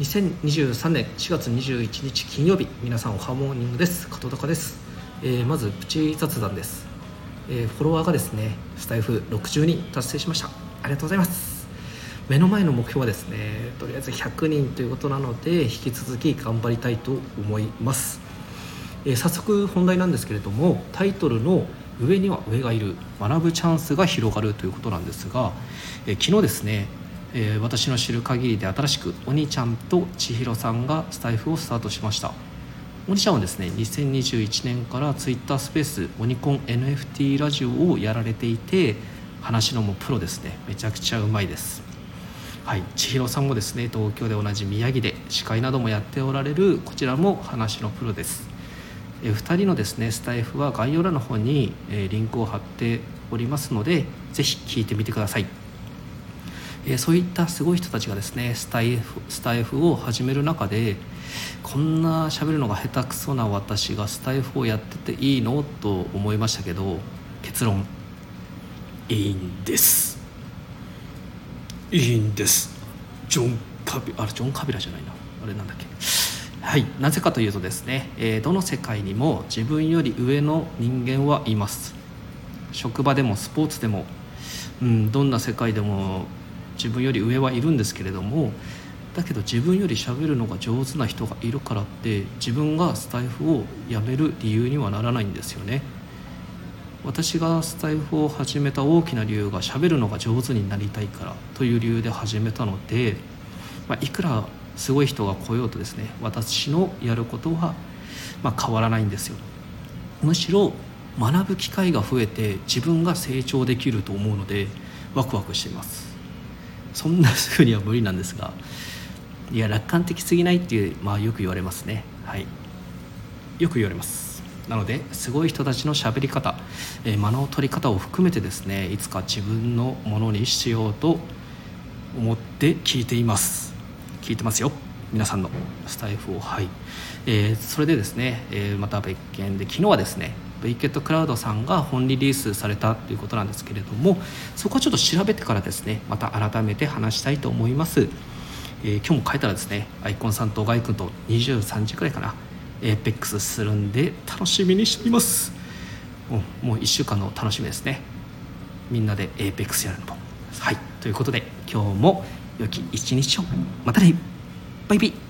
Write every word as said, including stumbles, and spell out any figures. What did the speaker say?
にせんにじゅうさんねんしがつにじゅういちにち金曜日、皆さんおはモーニングです。加藤隆です。えー、まずプチ雑談です。えー、フォロワーがですねスタイフろくじゅうにん達成しました。ありがとうございます。目の前の目標はですねとりあえずひゃくにんということなので、引き続き頑張りたいと思います。えー、早速本題なんですけれども、タイトルの上には上がいる、学ぶチャンスが広がるということなんですが、えー、昨日ですね、えー、私の知る限りで新しくお兄ちゃんと千尋さんがスタイフをスタートしました。お兄ちゃんはですねにせんにじゅういちねんからツイッタースペースオニコン エヌエフティー ラジオをやられていて、話のもプロですね。めちゃくちゃうまいです。はい、千尋さんもですね東京で同じ宮城で司会などもやっておられる、こちらも話のプロです。えふたりのですねスタイフは概要欄の方に、えー、リンクを貼っておりますので、ぜひ聞いてみてください。えー、そういったすごい人たちがですねスタイフ、スタイフを始める中で、こんな喋るのが下手くそな私がスタイフをやってていいのと思いましたけど、結論いいんですいいんですジョン・カビあれジョン・カビラじゃないな、あれなんだっけ。はい、なぜかというとですね、えー、どの世界にも自分より上の人間はいます。職場でもスポーツでも、うん、どんな世界でも自分より上はいるんですけれども、だけど自分より喋るのが上手な人がいるからって、自分がスタイフをやめる理由にはならないんですよね。私がスタイフを始めた大きな理由が、喋るのが上手になりたいからという理由で始めたので、まあ、いくらすごい人が来ようとですね、私のやることは、まあ、変わらないんですよ。むしろ学ぶ機会が増えて自分が成長できると思うので、ワクワクしています。そんな風には無理なんですが、いや楽観的すぎないっていう、まあ、よく言われますね。はい、よく言われます。なのですごい人たちの喋り方、えー、間の取り方を含めてですね、いつか自分のものにしようと思って聞いています聞いてますよ、皆さんのスタイフを。はい、えー、それでですね、えー、また別件で、昨日はですねブイケットクラウドさんが本リリースされたということなんですけれども、そこはちょっと調べてからですね、また改めて話したいと思います。えー、今日も書いたらですね、アイコンさんとガイ君とにじゅうさんじくらいかな、エーペックスするんで楽しみにしています。もう、もういっしゅうかんの楽しみですね。みんなでエーペックスやるのも。はい、ということで今日も良き一日を。またね、バイビー。